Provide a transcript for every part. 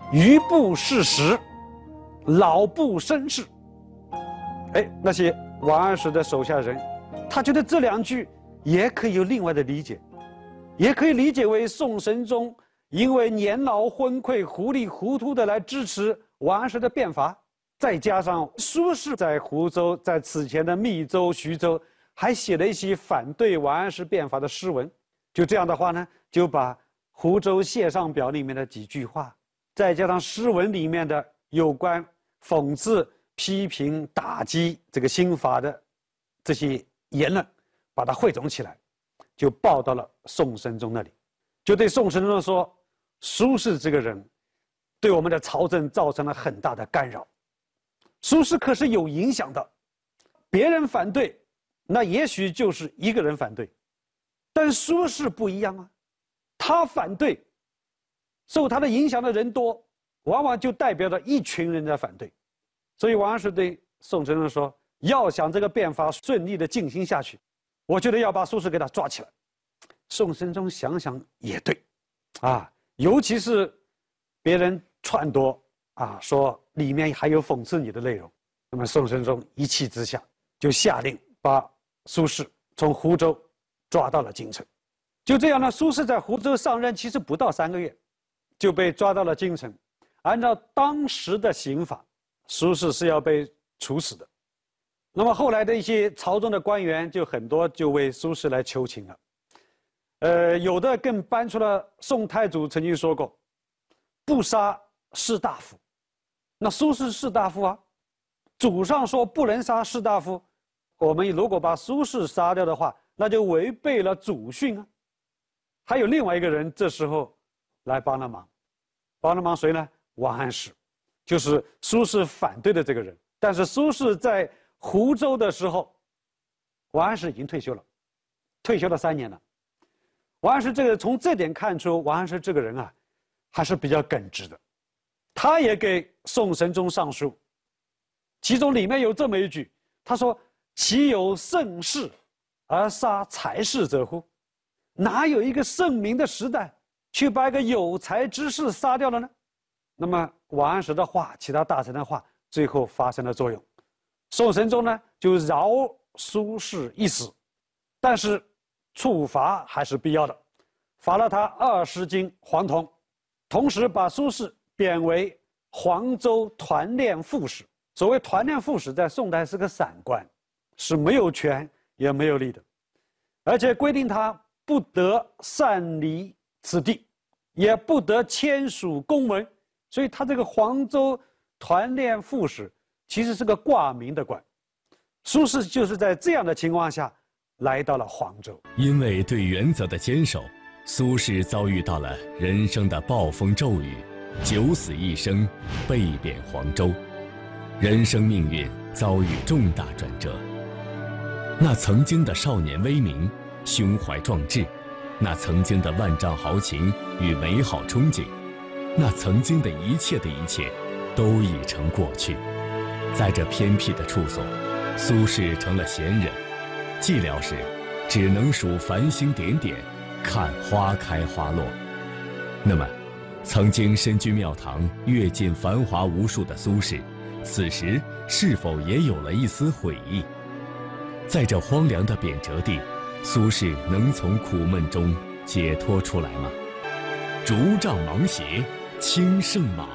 余不事时，老不生事。那些王安石的手下人，他觉得这2句也可以有另外的理解，也可以理解为宋神宗因为年老昏聩、糊里糊涂的来支持王安石的变法，再加上苏轼在湖州、在此前的密州、徐州还写了一些反对王安石变法的诗文，就这样的话呢，就把湖州谢上表里面的几句话，再加上诗文里面的有关讽刺、批评、打击这个新法的这些言论，把它汇总起来，就报到了宋神宗那里，就对宋神宗说：苏轼这个人对我们的朝政造成了很大的干扰。苏轼可是有影响的，别人反对，那也许就是一个人反对，但苏轼不一样啊，他反对，受他的影响的人多，往往就代表着一群人在反对。所以王安石对宋神宗说：要想这个变法顺利的进行下去，我觉得要把苏轼给他抓起来。宋神宗想想也对，尤其是别人篡夺说里面还有讽刺你的内容，那么宋神宗一气之下就下令把苏轼从湖州抓到了京城。就这样呢，苏轼在湖州上任其实不到3个月，就被抓到了京城。按照当时的刑法，苏轼是要被处死的。那么后来的一些朝中的官员就很多就为苏轼来求情了，有的更搬出了宋太祖曾经说过不杀士大夫。那苏轼士大夫啊，祖上说不能杀士大夫，我们如果把苏轼杀掉的话，那就违背了祖训啊。还有另外一个人这时候来帮了忙，帮了忙谁呢？王安石，就是苏轼反对的这个人。但是苏轼在湖州的时候，王安石已经退休了，退休了3年了。王安石从这点看出，王安石这个人还是比较耿直的。他也给宋神宗上书，其中里面有这么一句，他说：岂有盛世而杀才士者乎？哪有一个盛明的时代去把一个有才之士杀掉了呢？那么王安石的话，其他大臣的话，最后发生了作用。宋神宗呢就饶苏轼一死，但是处罚还是必要的，罚了他20斤黄铜，同时把苏轼贬为黄州团练副使。所谓团练副使，在宋代是个散官，是没有权也没有力的，而且规定他不得擅离此地，也不得签署公文。所以他这个黄州团练副使其实是个挂名的官。苏轼就是在这样的情况下来到了黄州。 因为对原则的坚守，苏轼遭遇到了人生的暴风骤雨，九死一生，被贬黄州，人生命运遭遇重大转折。那曾经的少年威名、胸怀壮志，那曾经的万丈豪情与美好憧憬，那曾经的一切的一切，都已成过去。在这偏僻的处所，苏轼成了闲人，寂寥时只能数繁星点点，看花开花落。那么曾经身居庙堂、阅尽繁华无数的苏轼，此时是否也有了一丝悔意？在这荒凉的贬谪地，苏轼能从苦闷中解脱出来吗？竹杖芒鞋轻胜马。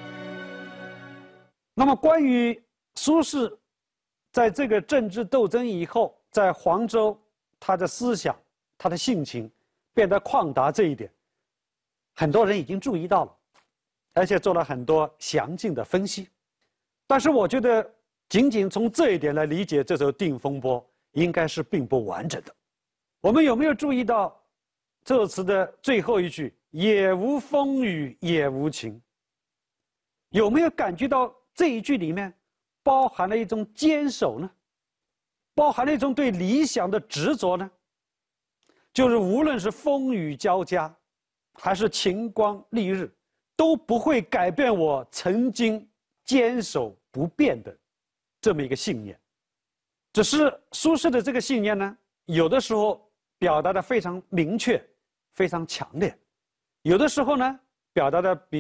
那么关于苏轼在这个政治斗争以后，在黄州他的思想、他的性情变得旷达这一点，很多人已经注意到了，而且做了很多详尽的分析。但是我觉得仅仅从这一点来理解这首《定风波》，应该是并不完整的。我们有没有注意到这首词的最后一句“也无风雨也无晴”？有没有感觉到这一句里面包含了一种坚守呢？包含了一种对理想的执着呢？就是无论是风雨交加，还是晴光丽日，都不会改变我曾经坚守不变的这么一个信念。只是苏轼的这个信念呢，有的时候表达的非常明确、非常强烈，有的时候呢表达的比较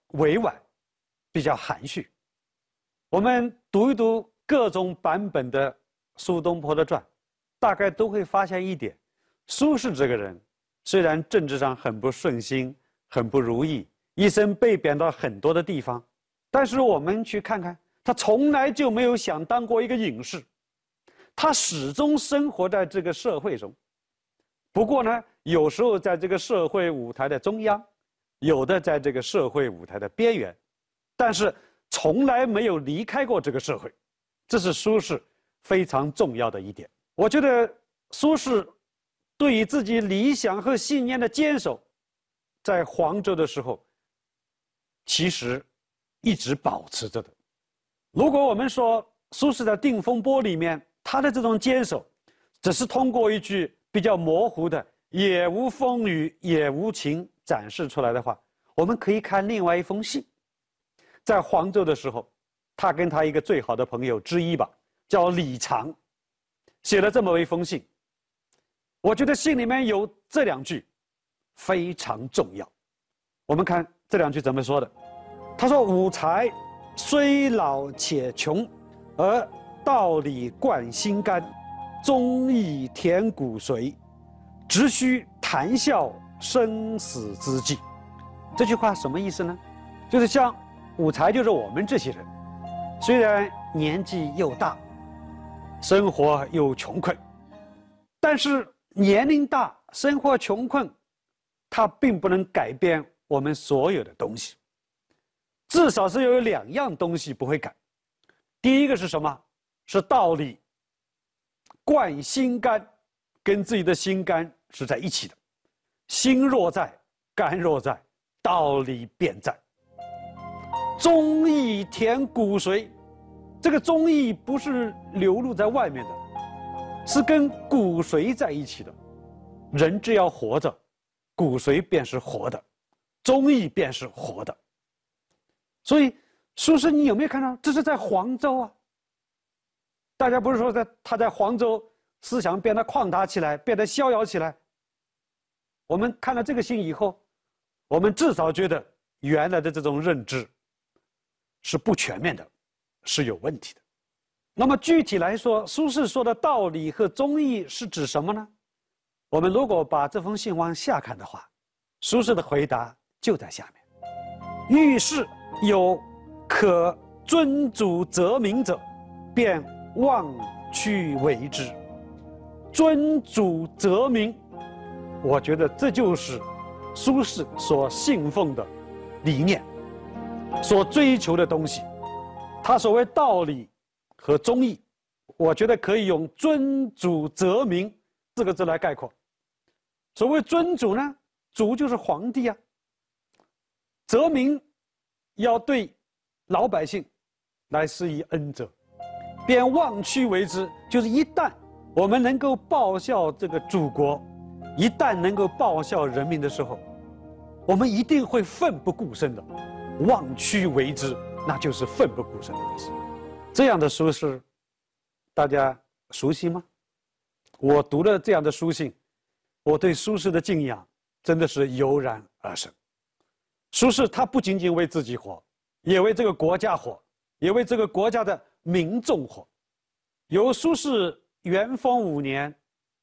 委婉，比较含蓄。我们读一读各种版本的苏东坡的传，大概都会发现一点：苏轼这个人虽然政治上很不顺心、很不如意，一生被贬到很多的地方，但是我们去看看，他从来就没有想当过一个隐士，他始终生活在这个社会中。不过呢，有时候在这个社会舞台的中央，有的在这个社会舞台的边缘，但是从来没有离开过这个社会，这是苏轼非常重要的一点。我觉得苏轼对于自己理想和信念的坚守，在黄州的时候，其实一直保持着的。如果我们说苏轼在《定风波》里面他的这种坚守，只是通过一句比较模糊的“也无风雨也无晴”展示出来的话，我们可以看另外一封信。在黄州的时候，他跟他一个最好的朋友之一吧，叫李常，写了这么一封信。我觉得信里面有这两句非常重要。我们看这两句怎么说的。他说：“吾才虽老且穷，而道理贯心肝，忠义填骨髓，只需谈笑生死之际。”这句话什么意思呢？就是像吾才，就是我们这些人，虽然年纪又大，生活又穷困，但是年龄大，生活穷困，它并不能改变我们所有的东西。至少是有两样东西不会改。第一个是什么？是道理。贯心肝，跟自己的心肝是在一起的。心若在，肝若在，道理便在。忠义填骨髓，这个忠义不是流露在外面的，是跟骨髓在一起的。人只要活着，骨髓便是活的，忠义便是活的。所以苏轼，你有没有看到这是在黄州啊？大家不是说他在黄州思想变得旷达起来，变得逍遥起来。我们看了这个信以后，我们至少觉得原来的这种认知是不全面的，是有问题的。那么具体来说，苏轼说的道理和忠义是指什么呢？我们如果把这封信往下看的话，苏轼的回答就在下面：遇事有可尊主责民者，便忘去为之。尊主责民，我觉得这就是苏轼所信奉的理念，所追求的东西。他所谓道理和忠义，我觉得可以用尊主责民4个字来概括。所谓尊主呢，主就是皇帝啊。责民要对老百姓来施以恩泽，便忘屈为之，就是一旦我们能够报效这个祖国，一旦能够报效人民的时候，我们一定会奋不顾身的。忘屈为之，那就是奋不顾身的意思。这样的苏轼，大家熟悉吗？我读了这样的书信，我对苏轼的敬仰真的是油然而生。苏轼他不仅仅为自己活，也为这个国家活，也为这个国家的民众活。由苏轼元丰5年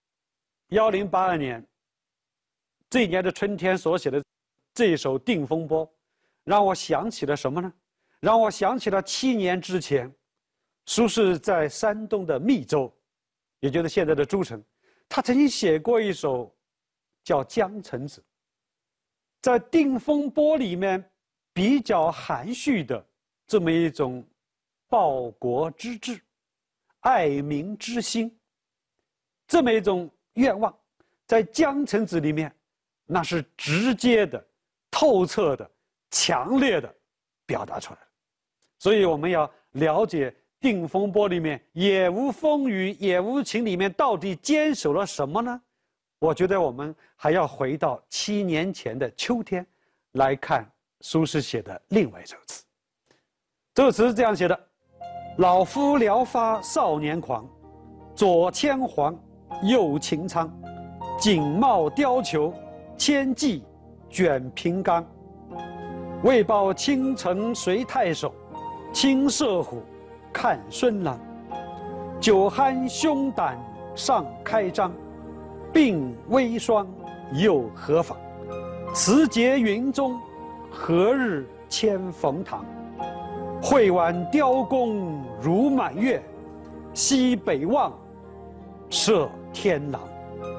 1082年这一年的春天所写的这一首《定风波》，让我想起了什么呢？让我想起了7年之前，苏轼在山东的密州，也就是现在的诸城，他曾经写过一首叫《江城子》。在《定风波》里面比较含蓄的这么一种报国之志、爱民之心，这么一种愿望，在《江城子》里面，那是直接的、透彻的、强烈的表达出来了。所以我们要了解《定风波》里面“也无风雨也无晴”里面到底坚守了什么呢？我觉得我们还要回到7年前的秋天来看苏轼写的另外一首词。这首词是这样写的：老夫聊发少年狂，左牵黄，右擎苍，锦帽貂裘，千骑卷平冈。 为报倾城随太守，亲射虎，看孙郎。酒酣胸胆尚开张，鬓微霜又何妨？持节云中，何日迁冯唐？会挽雕弓如满月，西北望，射天狼。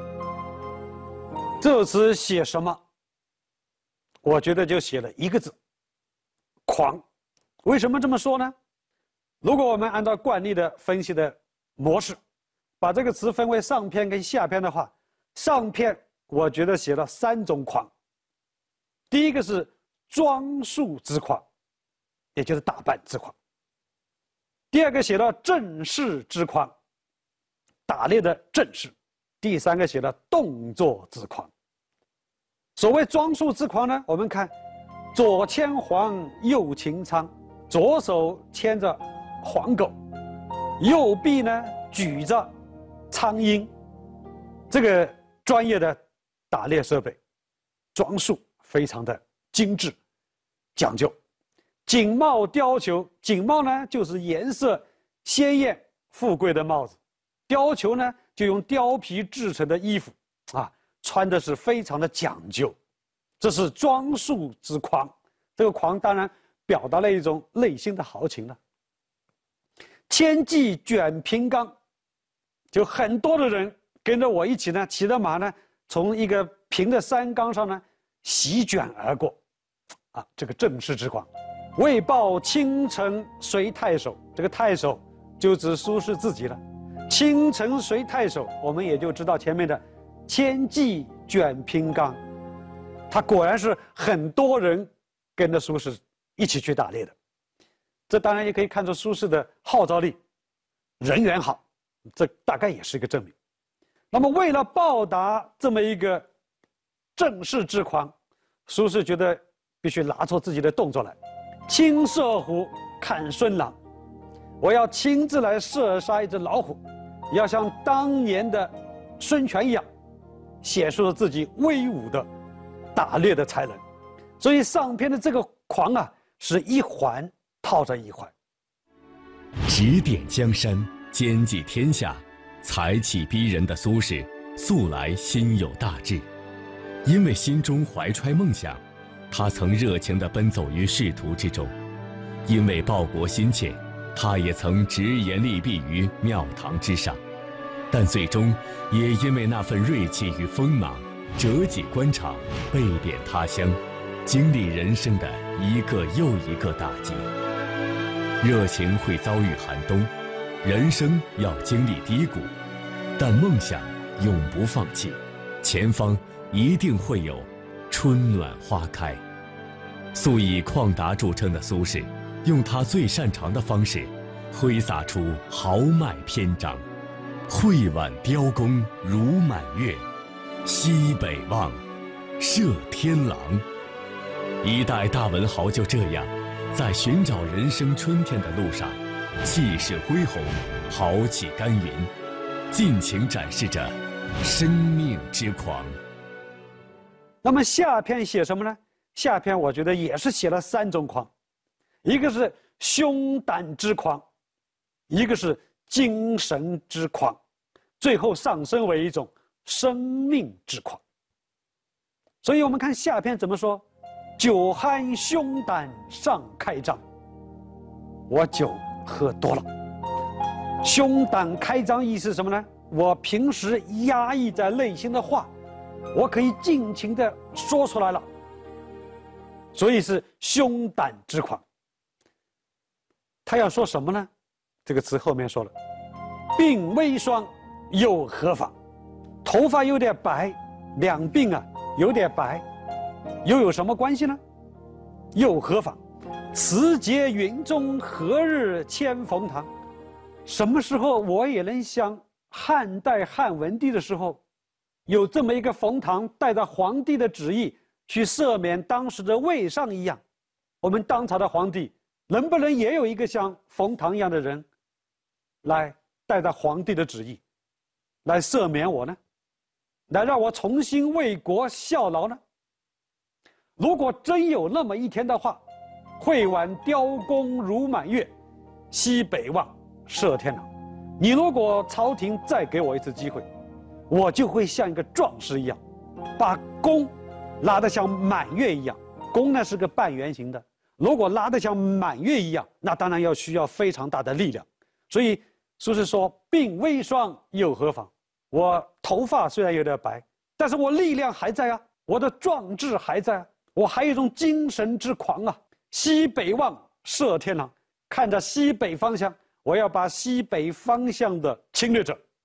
这词写什么？我觉得就写了一个字：狂。为什么这么说呢？如果我们按照惯例的分析的模式，把这个词分为上篇跟下篇的话，上篇我觉得写了3种狂。第一个是装束之狂，也就是打扮之狂；第二个写了阵势之狂，打猎的阵势；第三个写了动作之狂。所谓装束之狂呢，我们看左牵黄，右擎苍，左手牵着黄狗，右臂呢举着苍鹰，这个专业的打猎设备，装束非常的精致讲究。锦帽貂裘，锦帽呢就是颜色鲜艳富贵的帽子，貂裘呢就用貂皮制成的衣服啊，穿的是非常的讲究。这是装束之狂，这个狂当然表达了一种内心的豪情了。千骑卷平冈，就很多的人跟着我一起呢，骑着马呢，从一个平的山冈上呢席卷而过，啊，这个正式之狂。为报倾城随太守，这个太守就指苏轼自己了。倾城随太守，我们也就知道前面的千骑卷平冈，他果然是很多人跟着苏轼一起去打猎的。这当然也可以看出苏轼的号召力，人缘好，这大概也是一个证明。那么为了报答这么一个正式之狂，苏轼觉得必须拿出自己的动作来。亲射虎，看孙郎，我要亲自来射杀一只老虎，要像当年的孙权一样，显示了自己威武的打猎的才能。所以上篇的这个狂啊，是一环套着一环。 指点江山，兼济天下，才气逼人的苏轼素来心有大志，因为心中怀揣梦想，他曾热情地奔走于仕途之中；因为报国心切，他也曾直言利弊于庙堂之上。但最终也因为那份锐气与锋芒，折戟关场，被贬他乡，经历人生的一个又一个打击。热情会遭遇寒冬，人生要经历低谷，但梦想永不放弃，前方一定会有春暖花开。素以旷达著称的苏轼，用他最擅长的方式，挥洒出豪迈篇章。会挽雕弓如满月，西北望，射天狼。一代大文豪就这样，在寻找人生春天的路上，气势恢宏，豪气干云，尽情展示着生命之狂。 那么下篇写什么呢？下篇我觉得也是写了3种狂，一个是胸胆之狂，一个是精神之狂，最后上升为一种生命之狂。所以我们看下篇怎么说：酒酣胸胆尚开张，我酒喝多了。胸胆开张意思是什么呢？我平时压抑在内心的话，我可以尽情地说出来了，所以是胸胆之狂。他要说什么呢？这个词后面说了，鬓微霜又何妨？头发有点白，两鬓啊有点白，又有什么关系呢？又何妨？持节云中，何日迁冯唐？什么时候我也能像汉代汉文帝的时候，有这么一个冯唐带着皇帝的旨意去赦免当时的魏尚一样，我们当朝的皇帝能不能也有一个像冯唐一样的人，来带着皇帝的旨意，来赦免我呢？来让我重新为国效劳呢？ 如果真有那么一天的话，会挽雕弓如满月，西北望，射天狼。你如果朝廷再给我一次机会，我就会像一个壮士一样，把弓拉得像满月一样。弓呢是个半圆形的，如果拉得像满月一样，那当然需要非常大的力量。所以苏轼说：“鬓微霜又何妨？我头发虽然有点白，但是我力量还在啊，我的壮志还在啊，我还有一种精神之狂啊！西北望，射天狼，看着西北方向，我要把西北方向的侵略者